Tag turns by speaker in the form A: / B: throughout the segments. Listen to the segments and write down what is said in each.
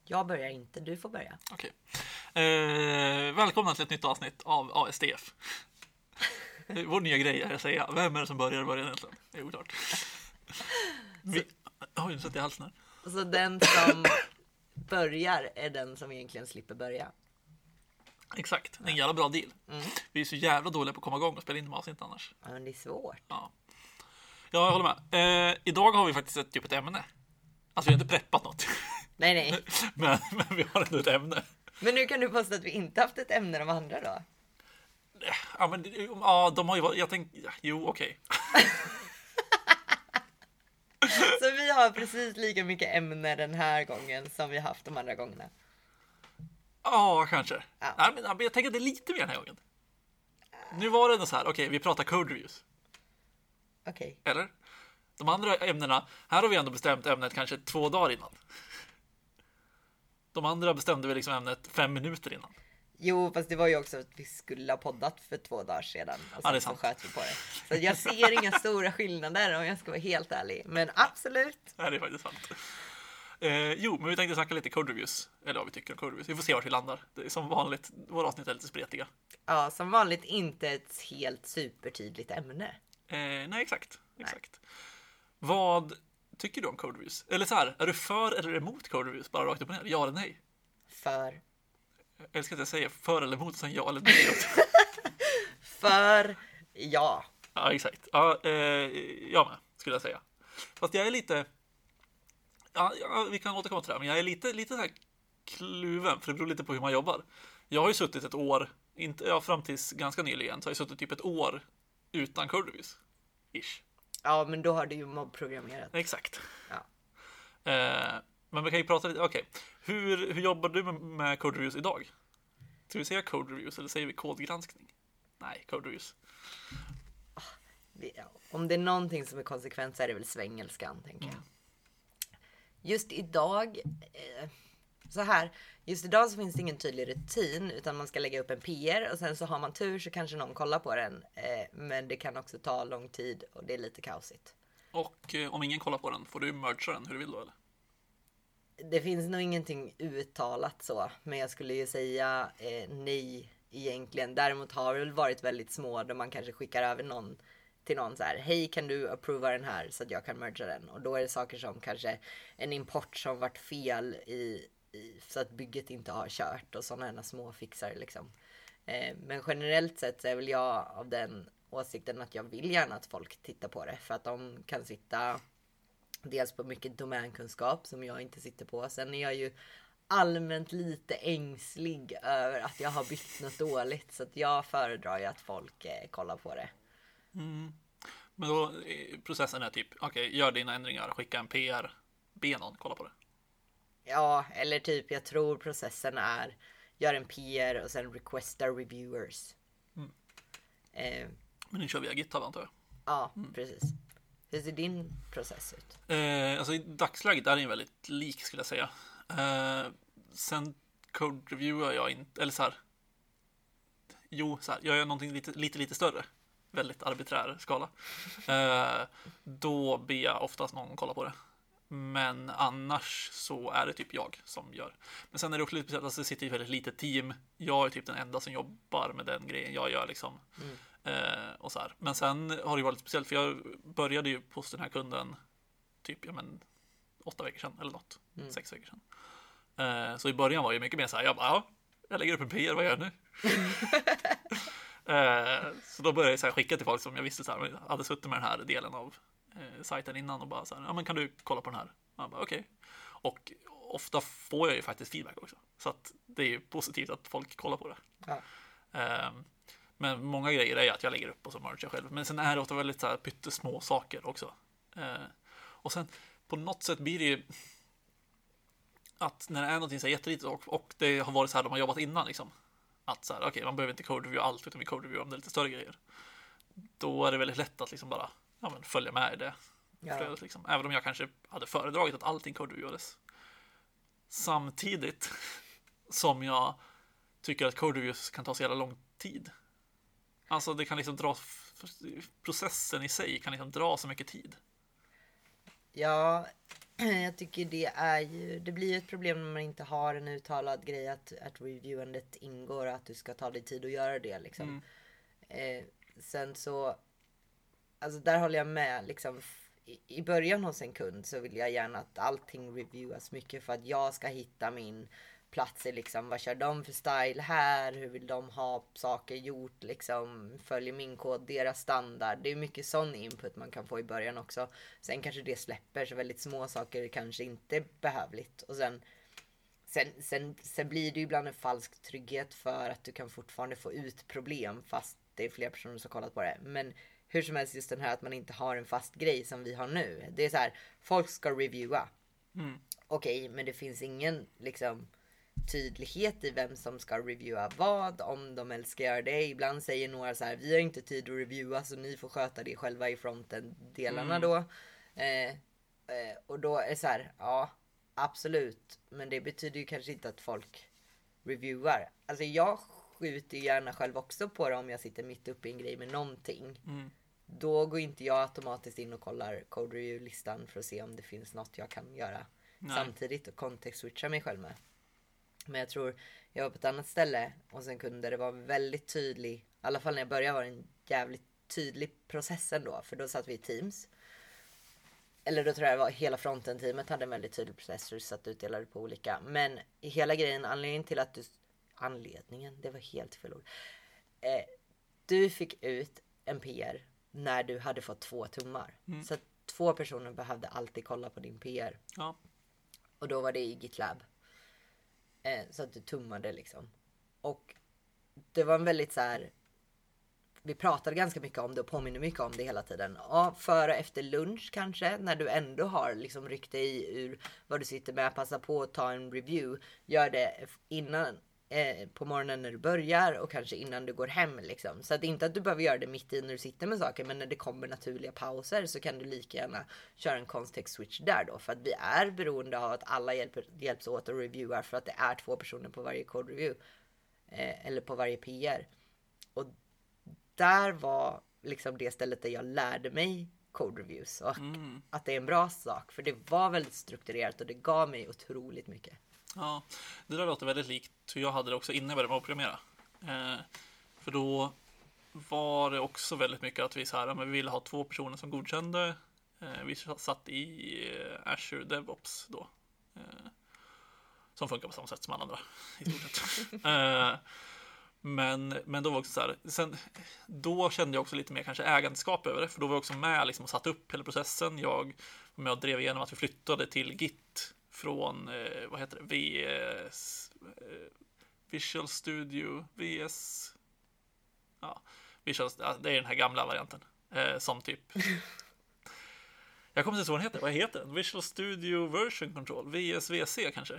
A: Jag börjar inte, du får börja.
B: Okej. Välkomna till ett nytt avsnitt av ASDF. Vår nya grej är att säga, vem är det som börjar egentligen? Det är oklart. Oj, nu sätter jag halsen här.
A: Så den som börjar är den som egentligen slipper börja.
B: Exakt, en jävla bra deal. Vi är så jävla dåliga på att komma igång och spela in de avsnitt annars.
A: Ja, men det är svårt.
B: Ja, jag håller med. Idag har vi faktiskt ett ämne. Alltså vi har inte preppat något.
A: Nej.
B: men vi har ändå ett ämne.
A: Men nu kan du påstå att vi inte haft ett ämne de andra då?
B: Ja, men ja, de har ju varit, jag tänkte, jo, okej.
A: Så vi har precis lika mycket ämne den här gången som vi haft de andra gångerna.
B: Ja, kanske.
A: Ja.
B: Nej, men jag tänker att det är lite mer den här gången. Nu var det ändå så här, okej, vi pratar code reviews.
A: Okej.
B: Eller? De andra ämnena, här har vi ändå bestämt ämnet kanske 2 dagar innan. De andra bestämde vi liksom ämnet 5 minuter innan.
A: Jo, fast det var ju också att vi skulle ha poddat för 2 dagar sedan. Och
B: Ja, det är
A: sen så
B: sant.
A: sköt vi på det. Så jag ser inga stora skillnader om jag ska vara helt ärlig. Men absolut.
B: Nej, det är faktiskt sant. Jo, men vi tänkte snacka lite code reviews. Eller vad vi tycker om code reviews. Vi får se vart vi landar. Det är som vanligt, våra avsnitt är lite spretiga.
A: Ja, som vanligt inte ett helt supertydligt ämne.
B: Nej, exakt. Vad tycker du om code reviews? Eller så här, är du för eller emot code reviews? Bara rakt upp och ner, ja eller nej?
A: För.
B: Jag älskar att jag säger för eller emot och sen ja eller nej.
A: För ja.
B: Ja, exakt. Ja, jag med, skulle jag säga. Fast jag är lite... Ja, vi kan återkomma till det här, men jag är lite så här kluven, för det beror lite på hur man jobbar. Jag har ju suttit ett år, fram tills ganska nyligen, så har jag suttit typ ett år utan code reviews. Ish.
A: Ja, men då har du ju mobbprogrammerat.
B: Exakt.
A: Ja.
B: Men vi kan ju prata lite, okej. Hur jobbar du med code reviews idag? Ska vi säga code reviews eller säger vi kodgranskning? Nej, code reviews.
A: Om det är någonting som är konsekvent så är det väl svengelskan, tänker jag. Just idag, just idag så finns det ingen tydlig rutin, utan man ska lägga upp en PR och sen så har man tur så kanske någon kollar på den. Men det kan också ta lång tid och det är lite kaosigt.
B: Och om ingen kollar på den, får du mercha den hur du vill då, eller?
A: Det finns nog ingenting uttalat så, men jag skulle ju säga nej egentligen. Däremot har det väl varit väldigt små där man kanske skickar över någon till någon så här: hej, kan du approva den här så att jag kan merga den? Och då är det saker som kanske en import som varit fel i så att bygget inte har kört och sådana små fixar liksom. Men generellt sett så är väl jag av den åsikten att jag vill gärna att folk tittar på det, för att de kan sitta dels på mycket domänkunskap som jag inte sitter på. Sen är jag ju allmänt lite ängslig över att jag har byggt något dåligt, så att jag föredrar ju att folk kollar på det.
B: Men då, processen är typ, okej, gör dina ändringar, skicka en PR, be någon kolla på det.
A: Ja, eller typ, jag tror processen är gör en PR och sen requesta reviewers.
B: Men ni kör via GitHub, antar jag.
A: Ja, precis. Hur ser din process ut?
B: Alltså i dagsläget är den väldigt lik, skulle jag säga. Sen code reviewer jag inte, eller så här. Jo, så här, jag gör någonting lite större. Väldigt arbiträr skala. Då ber jag oftast någon kolla på det. Men annars så är det typ jag som gör. Men sen är det också lite speciellt, alltså det sitter i ett väldigt litet team. Jag är typ den enda som jobbar med den grejen jag gör liksom. Och så här. Men sen har det varit lite speciellt, för jag började ju hos den här kunden typ 8 veckor sedan eller något. 6 veckor sedan. Så i början var jag mycket mer så här, jag lägger upp en PR, vad gör jag nu? Så då började jag så här skicka till folk som jag visste så här, hade suttit med den här delen av sajten innan och bara så här, men kan du kolla på den här? Jag bara, okej. Och ofta får jag ju faktiskt feedback också. Så att det är ju positivt att folk kollar på det.
A: Ja.
B: Men många grejer är att jag lägger upp och så mergar jag själv. Men sen är det ofta väldigt så här pyttesmå saker också. Och sen på något sätt blir det ju att när det är någonting så här jättelitet och det har varit så här de har jobbat innan liksom. Att så här, okej, man behöver inte code review allt, utan vi code review om det är lite större grejer. Då är det väldigt lätt att liksom bara följa med i det flödet liksom. Även om jag kanske hade föredragit att allting code reviewades. Samtidigt som jag tycker att code reviews kan ta så jävla lång tid. Alltså det kan liksom dra, processen i sig kan liksom dra så mycket tid.
A: Ja, Jag tycker det blir ju ett problem när man inte har en uttalad grej att reviewandet ingår och att du ska ta dig tid att göra det liksom. Sen så, alltså där håller jag med liksom. I början hos en kund så vill jag gärna att allting reviewas mycket för att jag ska hitta min plats i liksom, vad kör de för style här, hur vill de ha saker gjort liksom, följer min kod deras standard. Det är mycket sån input man kan få i början också. Sen kanske det släpper, så väldigt små saker kanske inte är behövligt. Och sen blir det ju ibland en falsk trygghet för att du kan fortfarande få ut problem fast det är fler personer som kollat på det. Men hur som helst, just den här att man inte har en fast grej som vi har nu. Det är så här, folk ska reviewa. Okej, men det finns ingen liksom tydlighet i vem som ska reviewa vad, om de älskar göra det. Ibland säger några så här, vi har inte tid att reviewa så ni får sköta det själva i fronten-delarna då. Och då är det så här, ja, absolut. Men det betyder ju kanske inte att folk reviewar. Alltså jag skjuter gärna själv också på det om jag sitter mitt uppe i en grej med någonting. Då går inte jag automatiskt in och kollar code review-listan för att se om det finns något jag kan göra samtidigt och kontext-switcha mig själv med. Men jag tror jag var på ett annat ställe och sen kunde det vara väldigt tydlig, i alla fall när jag började var det en jävligt tydlig process ändå, för då satt vi i Teams. Eller då tror jag det var hela fronten-teamet hade en väldigt tydlig process så satt utdelade på olika. Men i hela grejen, anledningen, det var helt fel ord. Du fick ut en PR när du hade fått 2 tummar. Så att 2 personer behövde alltid kolla på din PR.
B: Ja.
A: Och då var det i GitLab. Så att du tummade liksom. Och det var en väldigt så här. Vi pratade ganska mycket om det och påminner mycket om det hela tiden. Ja, före efter lunch kanske, när du ändå har liksom ryckt dig ur vad du sitter med, passa på att ta en review. Gör det innan, på morgonen när du börjar och kanske innan du går hem liksom. Så att inte att du behöver göra det mitt i när du sitter med saker, men när det kommer naturliga pauser så kan du lika gärna köra en context switch där då. För att vi är beroende av att alla hjälps åt och reviewar, för att det är 2 personer på varje code review. Eller på varje PR. Och där var liksom det stället där jag lärde mig code reviews och att det är en bra sak, för det var väldigt strukturerat och det gav mig otroligt mycket.
B: Ja, det där låter väldigt likt hur jag hade det också innan jag började med att programmera. För då var det också väldigt mycket att vi så här, men vi ville ha 2 personer som godkände. Vi satt i Azure DevOps då. Som funkar på samma sätt som alla andra i stort sett. Men då var det också så här, sen, då kände jag också lite mer kanske ägandeskap över det, för då var jag också med liksom och satt upp hela processen. Jag var med och drev igenom att vi flyttade till Git från, vad heter det, Visual Studio, VS, ja, det är den här gamla varianten, som typ, jag kommer inte ihåg vad den heter, vad heter den? Visual Studio Version Control, VSVC kanske?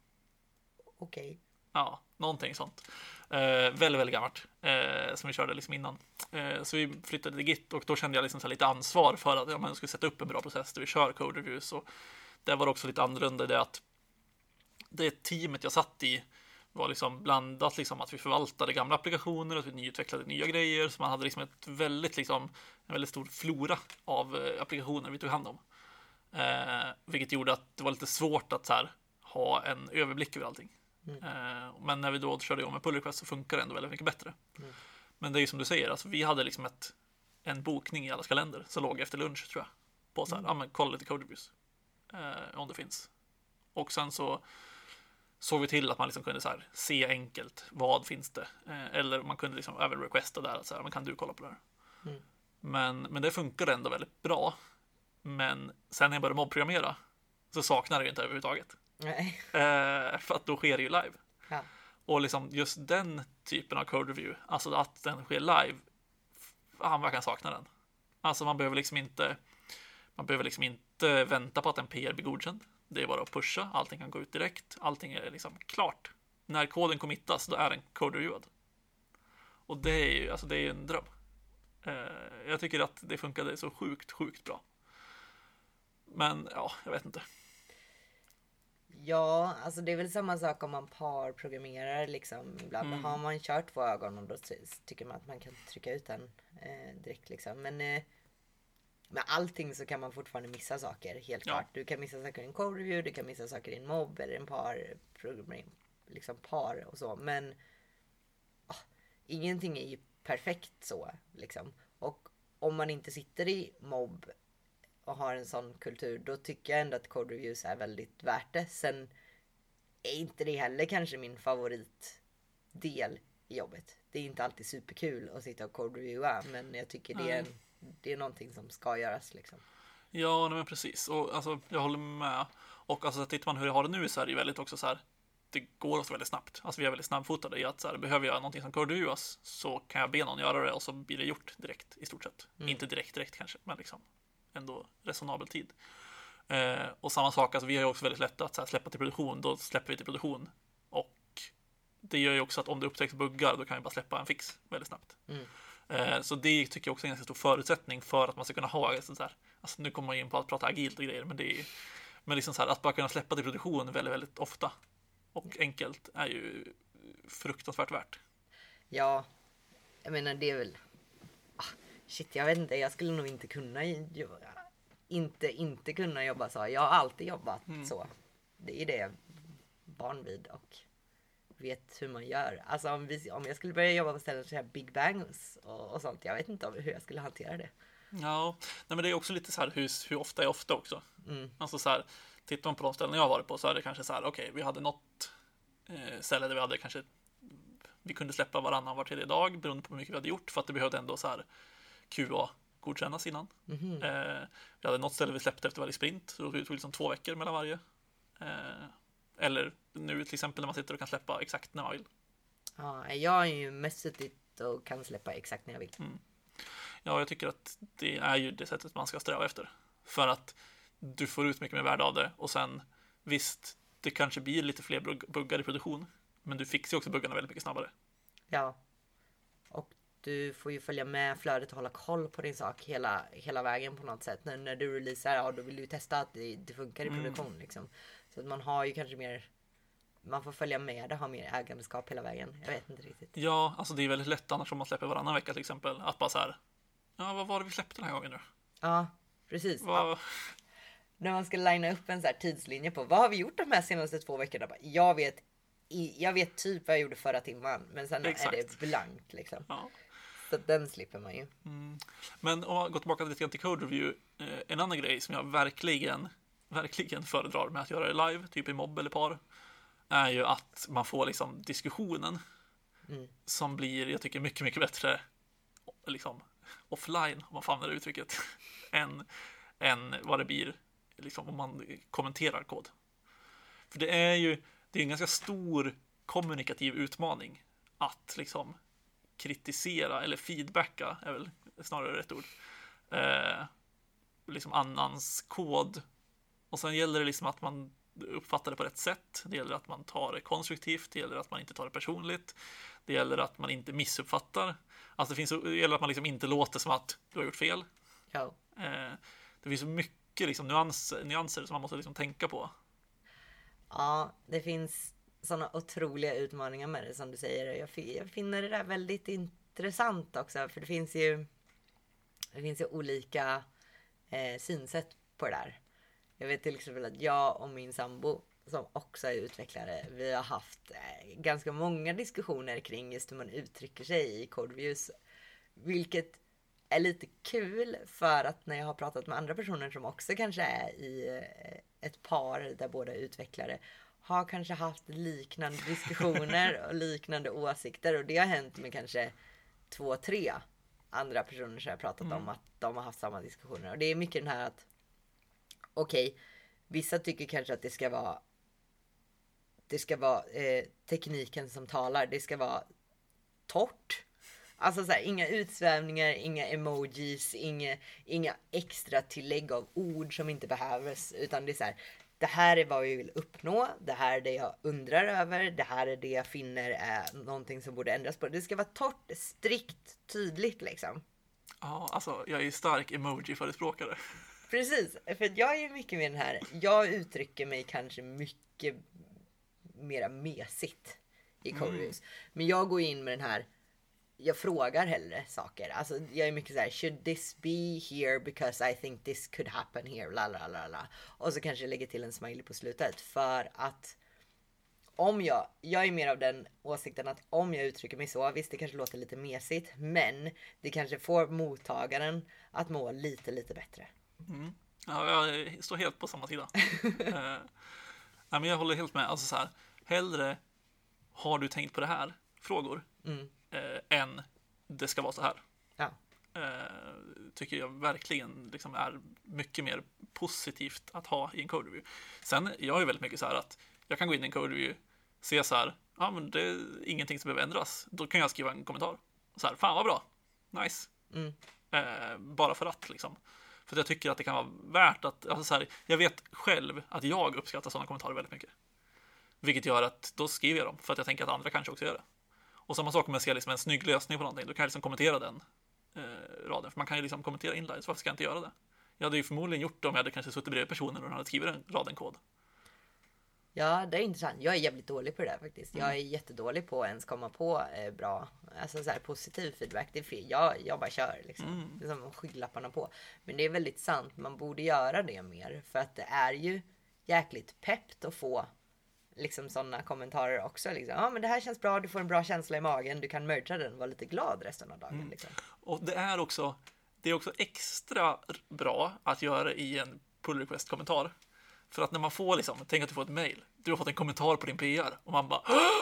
A: Okej.
B: Ja, någonting sånt. Väldigt, väldigt gammalt. Som vi körde liksom innan. Så vi flyttade till Git och då kände jag liksom så här lite ansvar för att man skulle sätta upp en bra process där vi kör code reviews. Och det var också lite annorlunda det att det teamet jag satt i var liksom blandat liksom att vi förvaltade gamla applikationer, att vi nyutvecklade nya grejer. Så man hade liksom en väldigt stor flora av applikationer vi tog hand om. Vilket gjorde att det var lite svårt att så här, ha en överblick över allting. Men när vi då körde igång med pull request så funkar det ändå väldigt mycket bättre. Men det är ju som du säger, alltså, vi hade liksom en bokning i allas kalender som låg efter lunch tror jag. På så här, men kolla lite code reviews. Om det finns. Och sen så såg vi till att man liksom kunde så här, se enkelt vad finns det. Eller man kunde liksom även requesta där att så här, men kan du kolla på det här? Men det funkade ändå väldigt bra. Men sen när jag började mobbprogrammera så saknade jag inte överhuvudtaget.
A: Nej.
B: För att då sker det ju live.
A: Ja.
B: Och liksom just den typen av code review, alltså att den sker live, vad kan sakna den. Alltså man behöver liksom inte vänta på att en PR blir godkänd. Det är bara att pusha, allting kan gå ut direkt, allting är liksom klart. När koden committas, då är den code reviewad. Och det är ju alltså det är en dröm. Jag tycker att det funkade så sjukt bra. Men ja, jag vet inte.
A: Ja, alltså det är väl samma sak om man parprogrammerar liksom. Ibland har man kört 2 ögon och då tycker man att man kan trycka ut den direkt liksom. Men med allting så kan man fortfarande missa saker, helt klart. Du kan missa saker i en code review, du kan missa saker i en mobb eller en par och så. Men ingenting är ju perfekt så, liksom. Och om man inte sitter i mobb och har en sån kultur, då tycker jag ändå att code reviews är väldigt värt det. Sen är inte det heller kanske min favoritdel i jobbet. Det är inte alltid superkul att sitta och code reviewa, men jag tycker det är någonting som ska göras, liksom.
B: Ja, men precis. Och alltså, jag håller med. Och alltså, tittar man hur jag har det nu så är det ju väldigt också så här, det går också väldigt snabbt. Alltså vi är väldigt snabbfotade i att så här, behöver jag någonting som code reviewas så kan jag be någon göra det och så blir det gjort direkt i stort sett. Inte direkt kanske, men liksom ändå resonabel tid. Och samma sak, alltså vi har ju också väldigt lätt att så här, släppa till produktion, då släpper vi till produktion. Och det gör ju också att om det upptäcks buggar, då kan vi bara släppa en fix väldigt snabbt. Så det tycker jag också är en ganska stor förutsättning för att man ska kunna ha så här, alltså nu kommer man in på att prata agilt och grejer, men liksom så här, att bara kunna släppa till produktion väldigt, väldigt ofta och enkelt är ju fruktansvärt värt.
A: Ja, jag menar det är väl jag vet inte, jag skulle nog inte kunna inte kunna jobba så. Jag har alltid jobbat så. Det är det jag är van vid och vet hur man gör. Alltså om jag skulle börja jobba på ställen så här Big Bangs och sånt, jag vet inte hur jag skulle hantera det.
B: Ja, nej, men det är också lite så här hur ofta är ofta också. Alltså så här, tittar man på de ställen jag har varit på så är det kanske så här, okej, vi hade något ställe där vi hade kanske, vi kunde släppa var tredje dag beroende på hur mycket vi hade gjort, för att det behövde ändå så här QA godkännas innan. Vi hade något ställe vi släppte efter varje sprint, så det tog liksom 2 veckor mellan varje. Eller nu till exempel när man sitter och kan släppa exakt när man vill.
A: Ja, jag är ju mest suttit och kan släppa exakt när jag vill.
B: Ja, jag tycker att det är ju det sättet man ska sträva efter. För att du får ut mycket mer värde av det. Och sen, visst, det kanske blir lite fler buggar i produktion. Men du fixar ju också buggarna väldigt mycket snabbare.
A: Ja. Och du får ju följa med flödet och hålla koll på din sak hela vägen på något sätt. När du releasar, då vill du testa att det funkar i produktion. Liksom. Så att man har ju kanske mer, man får följa med det, ha mer ägandeskap hela vägen. Jag vet inte riktigt.
B: Ja, alltså det är väldigt lätt annars om man släpper varannan vecka till exempel. Att bara så här, ja, vad var det vi släppte den här gången nu?
A: Ja, precis. Ja. När man ska linea upp en så här tidslinje på vad har vi gjort de här senaste 2 veckorna? Jag vet typ vad jag gjorde förra timman, men sen är det blankt liksom.
B: Ja.
A: Så den slipper man ju.
B: Men om man går tillbaka lite grann till code review, en annan grej som jag verkligen föredrar med att göra det live, typ i mobb eller par, är ju att man får liksom diskussionen som blir, jag tycker, mycket, mycket bättre liksom offline, om man får använda det uttrycket, än vad det blir liksom om man kommenterar kod. För det är en ganska stor kommunikativ utmaning att liksom kritisera eller feedbacka är väl snarare rätt ord. Liksom annans kod. Och sen gäller det liksom att man uppfattar det på rätt sätt. Det gäller att man tar det konstruktivt. Det gäller att man inte tar det personligt. Det gäller att man inte missuppfattar. Alltså det gäller att man liksom inte låter som att du har gjort fel.
A: Ja.
B: Det finns så mycket liksom nyanser som man måste liksom tänka på.
A: Ja, det finns sådana otroliga utmaningar med det som du säger. Jag finner det där väldigt intressant också. För det finns ju olika synsätt på det där. Jag vet till exempel att jag och min sambo som också är utvecklare, vi har haft ganska många diskussioner kring just hur man uttrycker sig i code reviews. Vilket är lite kul, för att när jag har pratat med andra personer som också kanske är i ett par där båda är utvecklare, har kanske haft liknande diskussioner och liknande åsikter, och det har hänt med kanske 2-3 andra personer som jag har pratat om att de har haft samma diskussioner. Och det är mycket den här att okej, vissa tycker kanske att det ska vara tekniken som talar, det ska vara torrt. Alltså så här, inga utsvävningar, inga emojis, inga extra tillägg av ord som inte behövs, utan det är så här, det här är vad vi vill uppnå, det här är det jag undrar över, det här är det jag finner är någonting som borde ändras på. Det ska vara torrt, strikt, tydligt liksom.
B: Ja, alltså jag är ju stark emoji-förespråkare.
A: Precis, för jag är ju mycket med den här, jag uttrycker mig kanske mycket mera mesigt i code reviews. Men jag går in med den här, jag frågar hellre saker. Alltså jag är mycket så här: should this be here because I think this could happen here, la la la la. Och så kanske jag lägger till en smiley på slutet, för att om jag är mer av den åsikten att om jag uttrycker mig så, visst det kanske låter lite mesigt, men det kanske får mottagaren att må lite bättre.
B: Ja, jag står helt på samma sida. Nej, men jag håller helt med. Alltså så här, hellre har du tänkt på det här frågor än det ska vara så här.
A: Ja.
B: Tycker jag verkligen liksom är mycket mer positivt att ha i en code review. Sen, jag är väldigt mycket så här att jag kan gå in i en code review, se så här, ja men det är ingenting som behöver ändras. Då kan jag skriva en kommentar. Så här, fan vad bra. Nice. Bara för att liksom. För jag tycker att det kan vara värt att, alltså så här, jag vet själv att jag uppskattar sådana kommentarer väldigt mycket. Vilket gör att då skriver jag dem, för att jag tänker att andra kanske också gör det. Och samma sak om jag ser liksom en snygg lösning på någonting, då kan jag liksom kommentera den raden. För man kan ju liksom kommentera inlines, varför ska jag inte göra det? Jag hade ju förmodligen gjort det om jag hade kanske suttit bredvid personen och den hade skrivit en raden kod.
A: Ja, det är intressant. Jag är jävligt dålig på det där faktiskt. Jag är jättedålig på att ens komma på bra, alltså så här positiv feedback. Det är fel. Jag bara kör liksom. Det är som skygglapparna på. Men det är väldigt sant. Man borde göra det mer. För att det är ju jäkligt peppt att få liksom sådana kommentarer också. Liksom. Ja, men det här känns bra. Du får en bra känsla i magen. Du kan mergea den och vara lite glad resten av dagen. Liksom.
B: Och det är också extra bra att göra i en pull request-kommentar. För att när man får liksom, tänk att du får ett mail, du har fått en kommentar på din PR och man bara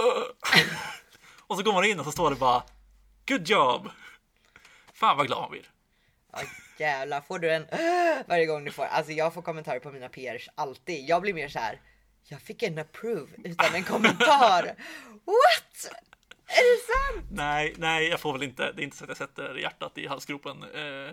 B: och så går man in och så står det bara good job. Fan vad glad man blir.
A: Ja, jävlar, får du en varje gång du får, alltså jag får kommentarer på mina PRs alltid. Jag blir mer så här: jag fick en approve utan en kommentar. What? Är det sant?
B: Nej, jag får väl inte. Det är inte så att jag sätter hjärtat i halsgropen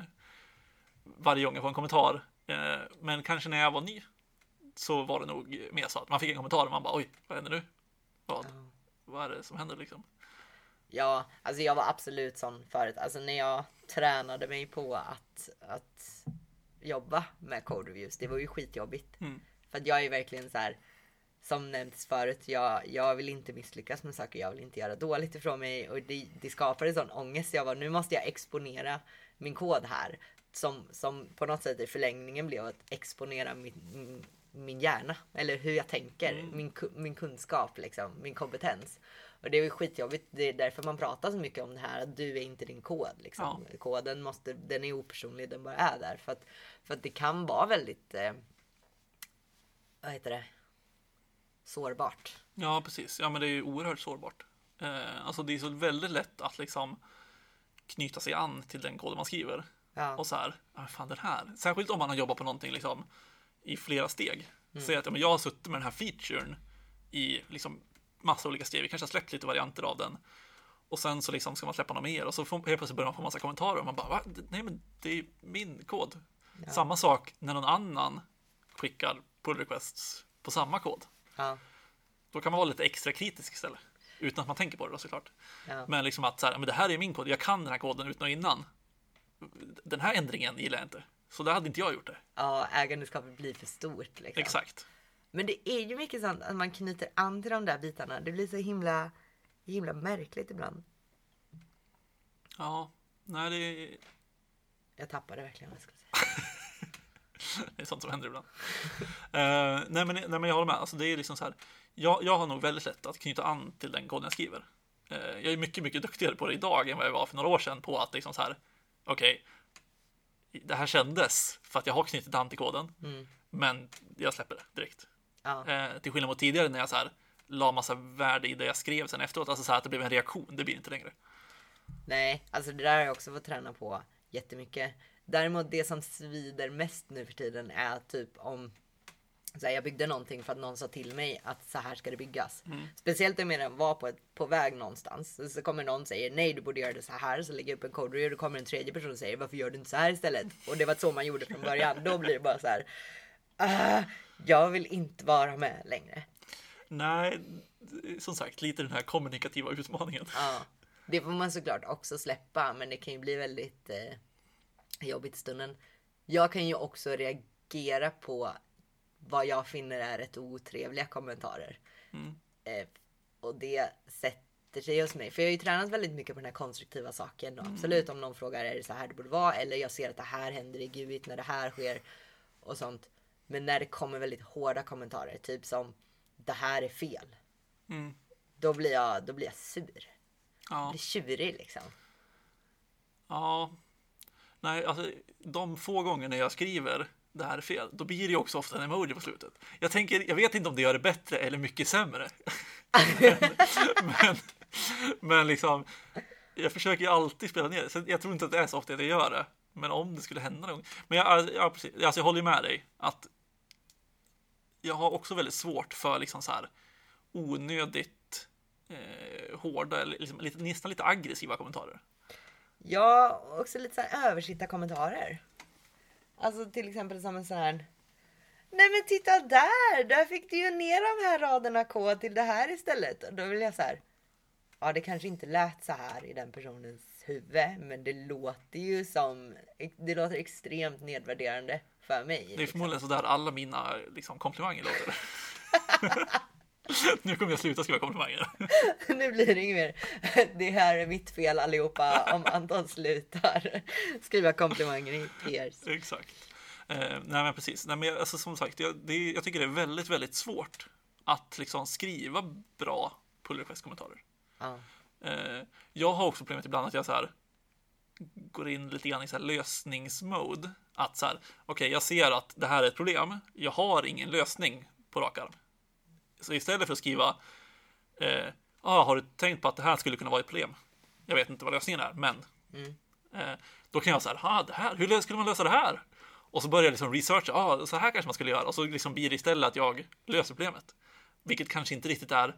B: varje gång jag får en kommentar. Men kanske när jag var ny så var det nog mer så att man fick en kommentar och man bara, oj, vad händer nu? Vad är det som händer liksom?
A: Ja, alltså jag var absolut sån förut. Alltså när jag tränade mig på att jobba med code reviews, det var ju skitjobbigt. För att jag är verkligen så här, som nämnts förut, jag vill inte misslyckas med saker, jag vill inte göra dåligt ifrån mig, och det skapade sån ångest. Jag var, nu måste jag exponera min kod här, som på något sätt i förlängningen blev att exponera min hjärna, eller hur jag tänker, min kunskap liksom, min kompetens. Och det är ju skitjobbigt. Det är därför man pratar så mycket om det här, att du är inte din kod liksom. Ja. Koden den är opersonlig, den bara är där för att det kan vara väldigt vad heter det, sårbart.
B: Ja, precis. Ja, men det är ju oerhört sårbart. Alltså det är så väldigt lätt att liksom knyta sig an till den koden man skriver. Ja. Och så här, fan den här. Särskilt om man har jobbat på någonting liksom i flera steg. Säg att jag har suttit med den här featuren i liksom massa olika steg. Vi kanske har släppt lite varianter av den. Och sen så liksom ska man släppa något mer. Och så helt plötsligt börjar man få massa kommentarer. Och man bara, va? Nej men det är min kod. Ja. Samma sak när någon annan skickar pull requests på samma kod. Ja. Då kan man vara lite extra kritisk istället. Utan att man tänker på det då såklart. Ja. Men liksom att så här, men det här är min kod. Jag kan den här koden utan och innan. Den här ändringen gillar jag inte. Så där hade inte jag gjort det.
A: Ja, ägandeskapet blir för stort liksom.
B: Exakt.
A: Men det är ju mycket sant att man knyter an till de där bitarna. Det blir så himla märkligt ibland.
B: Ja, nej det...
A: Jag tappade verkligen vad jag skulle säga.
B: Det är sånt som händer ibland. nej men jag håller med. Alltså det är liksom så här. Jag har nog väldigt lätt att knyta an till den koden jag skriver. Jag är mycket, mycket duktigare på det idag än vad jag var för några år sedan på att liksom så här, okej, det här kändes för att jag har knutit an till koden. Men jag släpper det direkt. Ja. Till skillnad mot tidigare när jag så här la massa värde i det jag skrev sen efteråt. Alltså så här att det blev en reaktion, det blir inte längre.
A: Nej, alltså det där har jag också fått träna på jättemycket. Däremot det som svider mest nu för tiden är typ om så här, jag byggde någonting för att någon sa till mig att så här ska det byggas. Speciellt om jag var på väg någonstans. Så kommer någon och säger nej, du borde göra det så här. Så lägger jag upp en code review och då kommer en tredje person och säger varför gör du inte så här istället? Och det var så man gjorde från början. Då blir det bara så här, jag vill inte vara med längre.
B: Nej, som sagt, lite den här kommunikativa utmaningen.
A: Ja, det får man såklart också släppa, men det kan ju bli väldigt jobbigt i stunden. Jag kan ju också reagera på vad jag finner är rätt otrevliga kommentarer. Och det sätter sig hos mig. För jag har ju tränat väldigt mycket på den här konstruktiva saken. Och absolut, om någon frågar är det så här det borde vara. Eller jag ser att det här händer i GUIT när det här sker. Och sånt. Men när det kommer väldigt hårda kommentarer. Typ som det här är fel. Då blir jag sur. Jag blir tjurig liksom.
B: Ja. Nej, alltså de få gånger jag skriver det här är fel, då blir det ju också ofta en emoji på slutet. Jag vet inte om det gör det bättre eller mycket sämre. men liksom, jag försöker ju alltid spela ner det. Så jag tror inte att det är så ofta att jag gör det. Men om det skulle hända någon gång. Men jag håller med dig att jag har också väldigt svårt för liksom så här onödigt hårda eller liksom nästan lite aggressiva kommentarer.
A: Ja, också lite så här översitta kommentarer. Alltså till exempel som en sån här: nej men titta där fick du ju ner de här raderna kod till det här istället. Och då vill jag så här: ja, det kanske inte lät så här i den personens huvud, men det låter extremt nedvärderande för mig.
B: Det är förmodligen så där alla mina liksom, komplimanger låter. Nu kommer jag sluta skriva komplimanger.
A: Nu blir det inget mer. Det här är mitt fel allihopa om Anton slutar skriva komplimanger i PRs.
B: Exakt. Nej men precis. Nej, men alltså, som sagt, jag tycker det är väldigt, väldigt svårt att liksom skriva bra pull request-kommentarer. Jag har också problemet ibland att jag så här går in lite grann i så här lösningsmode. Att så här, okej, jag ser att det här är ett problem. Jag har ingen lösning på rak arm. Så istället för att skriva har du tänkt på att det här skulle kunna vara ett problem? Jag vet inte vad lösningen är, men då kan jag så här, hur skulle man lösa det här? Och så börjar jag liksom researcha, så här kanske man skulle göra. Och så liksom blir det istället att jag löser problemet. Vilket kanske inte riktigt är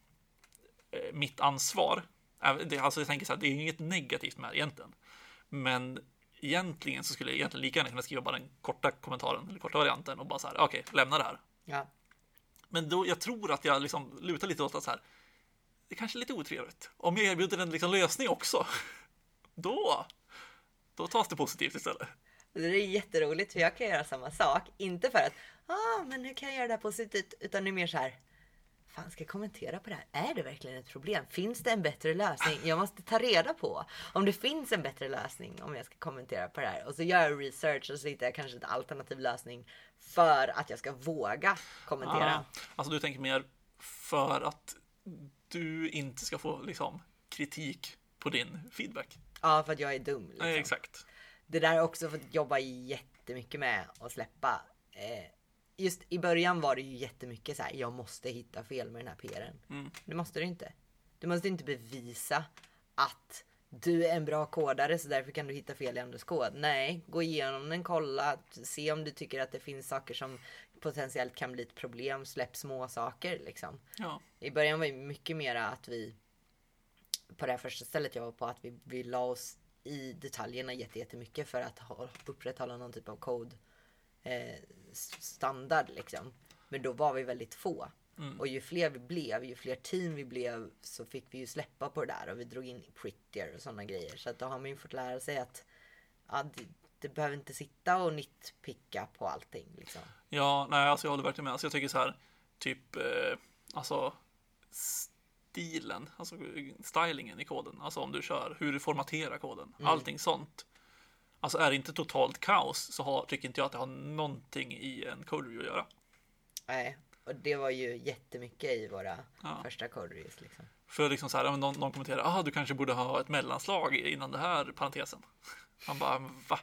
B: mitt ansvar. Alltså jag tänker så här, det är inget negativt med det egentligen. Men egentligen så skulle jag egentligen lika gärna kunna skriva bara den korta kommentaren, eller korta varianten och bara så här, okej, lämna det här.
A: Ja.
B: Men då, jag tror att jag liksom lutar lite åt att så här, det är kanske lite otrevligt. Om jag erbjuder en liksom lösning också, då tas det positivt istället.
A: Det är jätteroligt, för jag kan göra samma sak. Inte för att, men hur kan jag göra det här positivt? Utan det är mer så här, fan, ska jag kommentera på det här? Är det verkligen ett problem? Finns det en bättre lösning? Jag måste ta reda på om det finns en bättre lösning om jag ska kommentera på det här. Och så gör jag research och så hittar jag kanske en alternativ lösning för att jag ska våga kommentera.
B: Alltså du tänker mer för att du inte ska få liksom kritik på din feedback.
A: Ja, för att jag är dum. Liksom.
B: Exakt.
A: Det där är också för att jobba jättemycket med att släppa. Just i början var det ju jättemycket så här, jag måste hitta fel med den här PR:en. Det måste du inte. Du måste inte bevisa att du är en bra kodare så därför kan du hitta fel i andras kod. Nej, gå igenom den, kolla, se om du tycker att det finns saker som potentiellt kan bli ett problem, släpp små saker liksom.
B: Ja.
A: I början var det mycket mer att vi på det här första stället jag var på, att vi la oss i detaljerna jättemycket för att upprätthålla någon typ av kod standard liksom. Men då var vi väldigt få. Och ju fler vi blev, ju fler team vi blev, så fick vi ju släppa på det där och vi drog in Prettier och sådana grejer. Så att då har man ju fått lära sig att det behöver inte sitta och nitpicka på allting liksom.
B: Ja, nej, alltså jag håller verkligen med. Alltså jag tycker så här, typ alltså stilen, alltså stylingen i koden, alltså om du kör, hur du formaterar koden, allting sånt. Alltså är det inte totalt kaos så tycker inte jag att det har någonting i en code review att göra.
A: Nej, och det var ju jättemycket i våra första code reviews liksom.
B: För liksom så här, någon kommenterar, du kanske borde ha ett mellanslag innan det här parentesen. Man bara, va?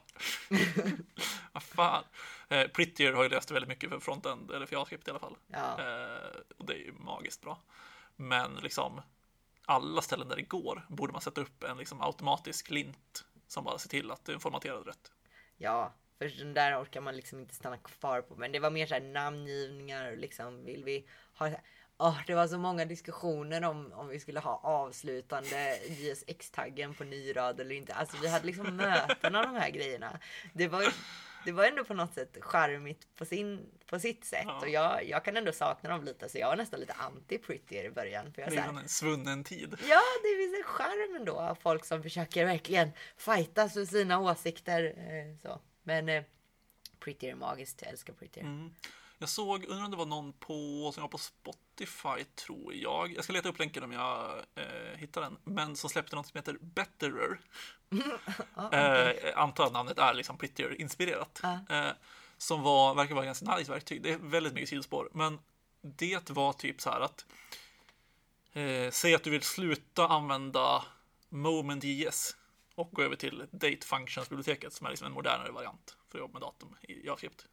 B: Vad fan? Prettier har ju löst väldigt mycket för frontend, eller för JavaScript i alla fall.
A: Ja.
B: Och det är ju magiskt bra. Men liksom alla ställen där det går borde man sätta upp en liksom automatisk lint som bara ser till att det är formaterad rätt.
A: Ja, för den där orkar man liksom inte stanna kvar på. Men det var mer så här namngivningar liksom. Vill vi ha... det var så många diskussioner om vi skulle ha avslutande JSX-taggen på ny rad eller inte. Alltså vi hade liksom möten av de här grejerna. Det var ändå på något sätt charmigt på sitt sätt. Ja. Och jag kan ändå sakna dem lite. Så jag var nästan lite anti-Prettier i början. För jag
B: det är en svunnen tid.
A: Ja, det finns en charm ändå av folk som försöker verkligen fightas för sina åsikter. Så. Men Prettier är magiskt. Jag älskar Prettier.
B: Jag såg, undrar om det var någon som var på Spotify, tror jag. Jag ska leta upp länken om jag hittar den. Men som släppte något som heter Betterer. Antar att namnet är liksom Prettier-inspirerat. Som verkar vara ganska nice verktyg. Det är väldigt mycket sidospår. Men det var typ så här att säg att du vill sluta använda Moment.js och gå över till Date Functions-biblioteket som är liksom en modernare variant för att jobba med datum i JavaScript.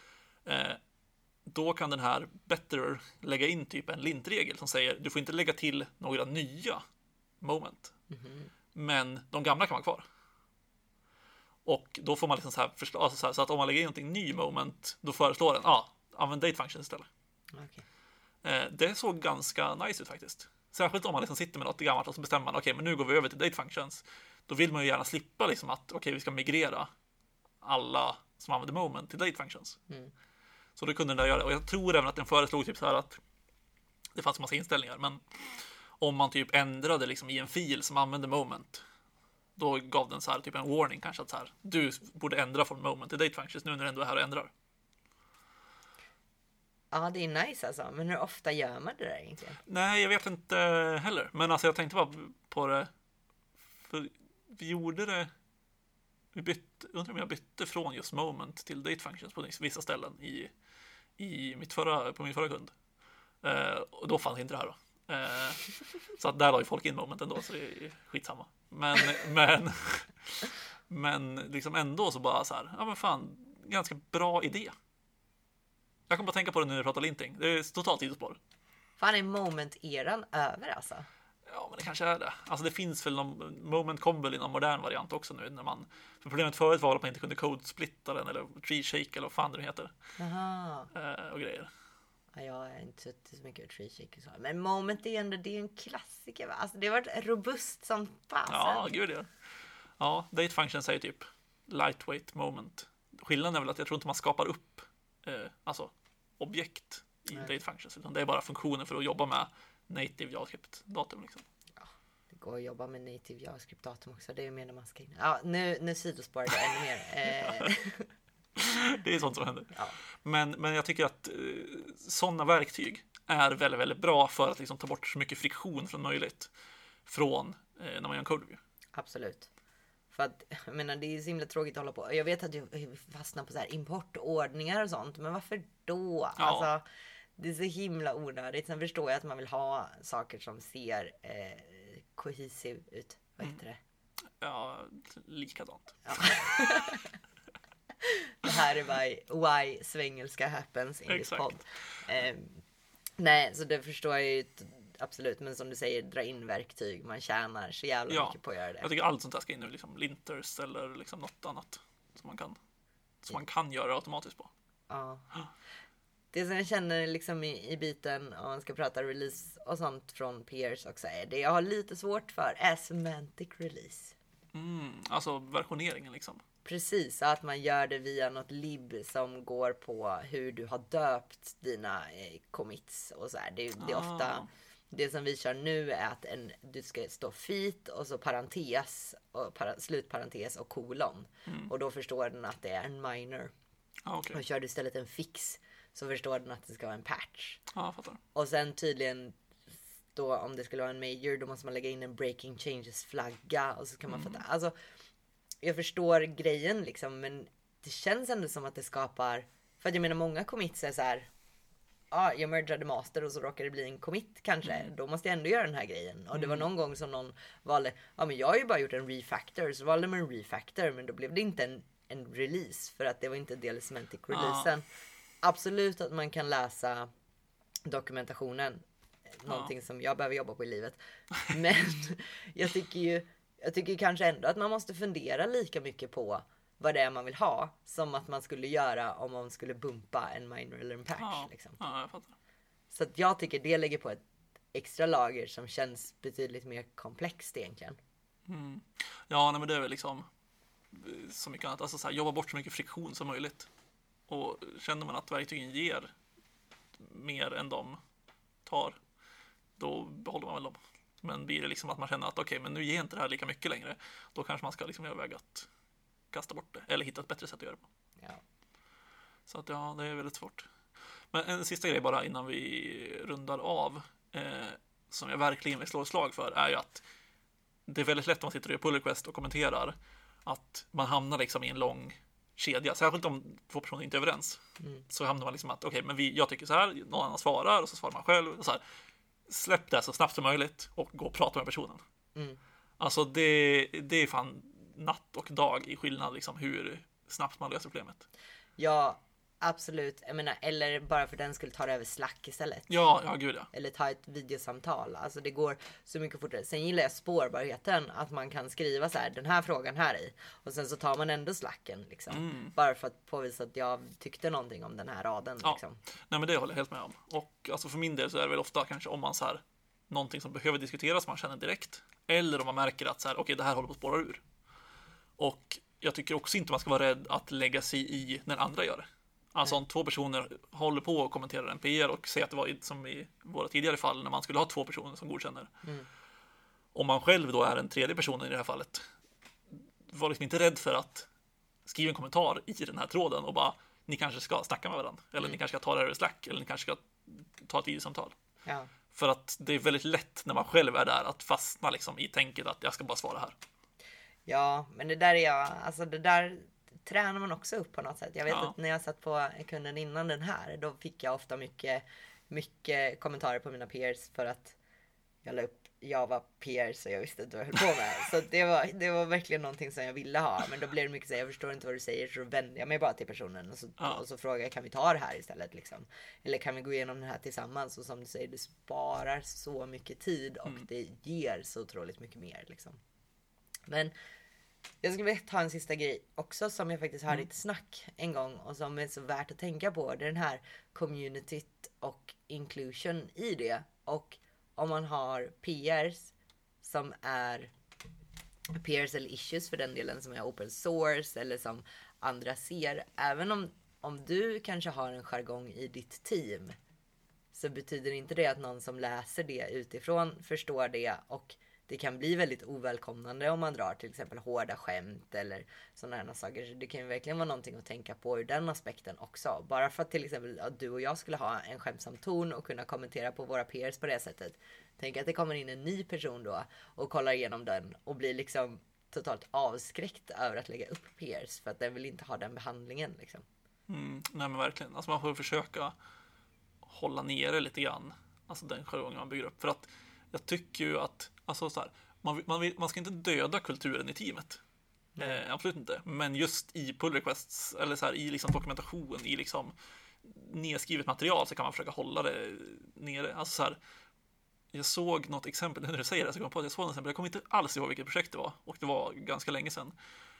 B: Då kan den här Betterer lägga in typ en lintregel som säger du får inte lägga till några nya moment. Men de gamla kan vara kvar. Och då får man liksom så här förslag, alltså så att om man lägger in någonting ny moment, då föreslår den, använd Date Functions istället. Det såg ganska nice ut faktiskt. Särskilt om man liksom sitter med något gammalt och så bestämmer man, okej, men nu går vi över till Date Functions. Då vill man ju gärna slippa liksom att, vi ska migrera alla som använder moment till Date Functions. Så det kunde den där göra. Och jag tror även att den föreslog typ så här att det fanns en massa inställningar, men om man typ ändrade liksom i en fil som använde moment, då gav den så här typ en warning kanske att så här, du borde ändra från moment till Date Functions nu när du ändå är här och ändrar.
A: Ja, det är nice alltså. Men hur ofta gör man det där egentligen?
B: Nej, jag vet inte heller. Men alltså jag tänkte bara på det. För vi gjorde det. Undrar om jag bytte från just moment till Date Functions på vissa ställen på min förra kund. Och då fanns inte det här då. Så att där la ju folk in moment ändå, så det är skitsamma. Men liksom ändå så bara så här, ja men fan, ganska bra idé. Jag kan bara tänka på det nu när vi pratar linting. Det är totalt sidospår.
A: Fan, är moment-eran över alltså?
B: Ja, men det kanske är det. Alltså det finns väl moment kommer väl i någon modern variant också nu när för problemet förut var att man inte kunde code-splitta den eller tree shake eller vad fan det heter. Och grejer.
A: Ja, jag har inte suttit så mycket med tree shake så. Men moment är ändå, det är en klassiker va? Alltså det har varit robust som fasen.
B: Ja, gud ja. Ja, Date Functions är ju typ lightweight moment. Skillnaden är väl att jag tror inte man skapar upp alltså objekt i Date Functions, utan det är bara funktioner för att jobba med native JavaScript-datum liksom.
A: Ja, det går att jobba med native JavaScript-datum också, det är ju mer när man ska in. Ja, nu sidospår det ännu mer.
B: Det är sånt som händer. Ja. Men jag tycker att sådana verktyg är väldigt, väldigt bra för att liksom ta bort så mycket friktion som möjligt från när man gör en code review.
A: Absolut. För att, jag menar, det är så himla tråkigt att hålla på. Jag vet att du fastnar på så här importordningar och sånt, men varför då? Ja. Alltså, det är så himla onödigt. Sen förstår jag att man vill ha saker som ser cohesive ut. Vad heter det?
B: Ja, likadant. Ja.
A: Det här är why svengelska happens in this podd. Nej, så det förstår jag ju absolut, men som du säger, dra in verktyg, man tjänar så jävla mycket på att göra det.
B: Jag tycker allt sånt där ska in nu, liksom linters eller liksom något annat som man kan göra automatiskt på.
A: Ja. Det som jag känner liksom i biten, om man ska prata release och sånt från peers också, är det jag har lite svårt för är semantic release.
B: Alltså versioneringen liksom.
A: Precis, att man gör det via något lib som går på hur du har döpt dina commits och så här. Det är ofta det som vi kör nu är att du ska stå feat och så parentes och slutparentes och kolon. Och då förstår den att det är en minor.
B: Okay.
A: Och kör du istället en fix så förstår den att det ska vara en patch.
B: Ja, fattar.
A: Och sen tydligen då om det skulle vara en major, då måste man lägga in en breaking changes flagga och så kan man fatta. Alltså jag förstår grejen liksom, men det känns ändå som att det skapar, för att jag menar många commits är så här, jag mergade master och så råkar det bli en commit kanske, då måste jag ändå göra den här grejen. Och det var någon gång som någon valde, men jag har ju bara gjort en refactor, så valde man en refactor, men då blev det inte en release, för att det var inte del i semantic releasen. Absolut att man kan läsa dokumentationen, någonting som jag behöver jobba på i livet, men jag tycker kanske ändå att man måste fundera lika mycket på vad det är man vill ha som att man skulle göra om man skulle bumpa en minor eller en patch. Liksom.
B: Ja, jag fattar.
A: Så att jag tycker det lägger på ett extra lager som känns betydligt mer komplext egentligen.
B: Ja, men det är väl liksom så mycket annat. Alltså så här, jobba bort så mycket friktion som möjligt. Och känner man att verktygen ger mer än de tar, då behåller man väl dem. Men blir det liksom att man känner att okej, men nu ger inte det här lika mycket längre, då kanske man ska liksom överväga att kasta bort det eller hitta ett bättre sätt att göra det på.
A: Ja.
B: Så att ja, det är väldigt svårt. Men en sista grej bara innan vi rundar av, som jag verkligen vill slå ett slag för, är ju att det är väldigt lätt om man sitter och gör pull request och kommenterar att man hamnar liksom i en lång kedja, särskilt om två personer inte är överens. Så hamnar man liksom att okej, men jag tycker så här, någon annan svarar och så svarar man själv och så här. Släpp det så snabbt som möjligt och gå och prata med personen. Alltså det är fan natt och dag i skillnad liksom hur snabbt man löser problemet.
A: Ja, absolut. Jag menar, eller bara för den skulle ta det över Slack istället.
B: Ja, gud ja.
A: Eller ta ett videosamtal. Alltså det går så mycket fortare. Sen gillar jag spårbarheten. Att man kan skriva så här, den här frågan här i. Och sen så tar man ändå Slacken liksom. Bara för att påvisa att jag tyckte någonting om den här raden.
B: Ja.
A: Liksom.
B: Nej, men det håller jag helt med om. Och alltså för min del så är det väl ofta kanske om man så här, någonting som behöver diskuteras man känner direkt. Eller om man märker att så här, okej, det här håller på att spåra ur. Och jag tycker också inte man ska vara rädd att lägga sig i när andra gör det. Alltså om två personer håller på och kommenterar en PR och säger att det var som i våra tidigare fall när man skulle ha två personer som godkänner. Om man själv då är den tredje personen i det här fallet, var liksom inte rädd för att skriva en kommentar i den här tråden och bara, ni kanske ska snacka med varandra. Eller ni kanske ska ta det här i Slack. Eller ni kanske ska ta ett videosamtal.
A: Ja.
B: För att det är väldigt lätt när man själv är där att fastna liksom i tänket att jag ska bara svara här.
A: Ja, men det där är alltså det där tränar man också upp på något sätt. Jag vet att när jag satt på kunden innan den här, då fick jag ofta mycket kommentarer på mina peers för att jag la upp Java peers så jag visste inte vad jag höll på med. Så det var verkligen någonting som jag ville ha. Men då blev det mycket så jag förstår inte vad du säger, så då vände jag mig bara till personen och så frågade jag, kan vi ta det här istället liksom? Eller kan vi gå igenom det här tillsammans? Och som du säger, det sparar så mycket tid och det ger så otroligt mycket mer liksom. Men jag skulle vilja ta en sista grej också som jag faktiskt hörde i ett snack en gång och som är så värt att tänka på. Det är den här communityt och inclusion i det. Och om man har peers som är peers eller issues för den delen som är open source eller som andra ser. Även om du kanske har en jargong i ditt team så betyder inte det att någon som läser det utifrån förstår det och det kan bli väldigt ovälkomnande om man drar till exempel hårda skämt eller sådana här saker. Så det kan ju verkligen vara någonting att tänka på ur den aspekten också. Bara för att till exempel att du och jag skulle ha en skämtsam ton och kunna kommentera på våra peers på det sättet. Tänk att det kommer in en ny person då och kollar igenom den och blir liksom totalt avskräckt över att lägga upp peers för att den vill inte ha den behandlingen liksom.
B: Nej men verkligen. Alltså man får försöka hålla nere lite grann. Alltså den jargongen man bygger upp. För att jag tycker ju att alltså så här, man ska inte döda kulturen i teamet. Absolut inte. Men just i pull requests eller så här, i liksom dokumentation, i liksom nedskrivet material så kan man försöka hålla det nere. Alltså så här, jag såg något exempel, när du säger det så kom jag på att jag såg något exempel, jag kommer inte alls ihåg vilket projekt det var och det var ganska länge sedan.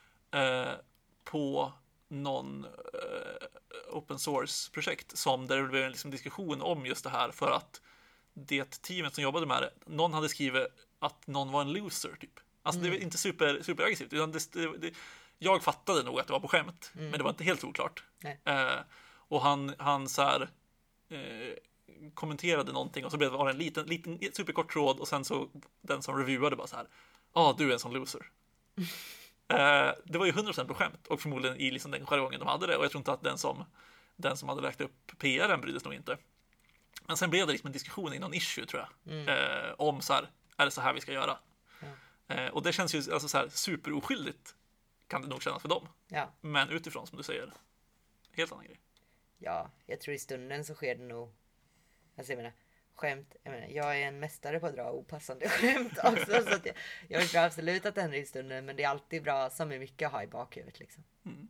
B: På någon open source projekt som där det blev en liksom diskussion om just det här för att det teamet som jobbade med det, någon hade skrivit att någon var en loser typ. Alltså det var inte super aggressivt utan jag fattade nog att det var på skämt, men det var inte helt oklart. Och han så här kommenterade någonting och så blev det en liten superkort tråd och sen så den som reviewade bara så här, du är en sån loser. Det var ju 100% på skämt och förmodligen i liksom den jargongen de hade det och jag tror inte att den som hade lagt upp PR:en brydde sig nog inte. Men sen blev det liksom en diskussion i någon issue tror jag om så här, är det så här vi ska göra? Och det känns ju alltså så här superoskyldigt kan det nog kännas för dem. Men utifrån som du säger, helt annan grej.
A: Ja, jag tror i stunden så sker det nog, alltså jag menar, skämt, jag är en mästare på att dra opassande skämt också så att jag tror absolut att det händer i stunden, men det är alltid bra som är mycket att ha i bakhuvudet liksom.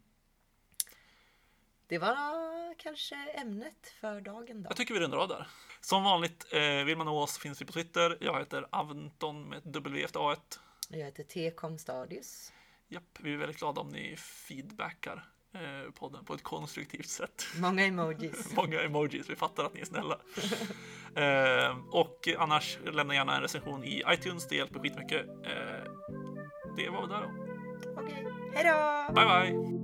A: Det var kanske ämnet för dagen då.
B: Jag tycker vi rundar av där. Som vanligt, vill man nå oss finns vi på Twitter. Jag heter Avnton med WFA1.
A: Jag heter T-Komstadius.
B: Japp, vi är väldigt glada om ni feedbackar podden på ett konstruktivt sätt.
A: Många emojis.
B: Många emojis, vi fattar att ni är snälla. Och annars lämna gärna en recension i iTunes, det hjälper skitmycket. Det var väl där då.
A: Okej, hej då!
B: Bye bye!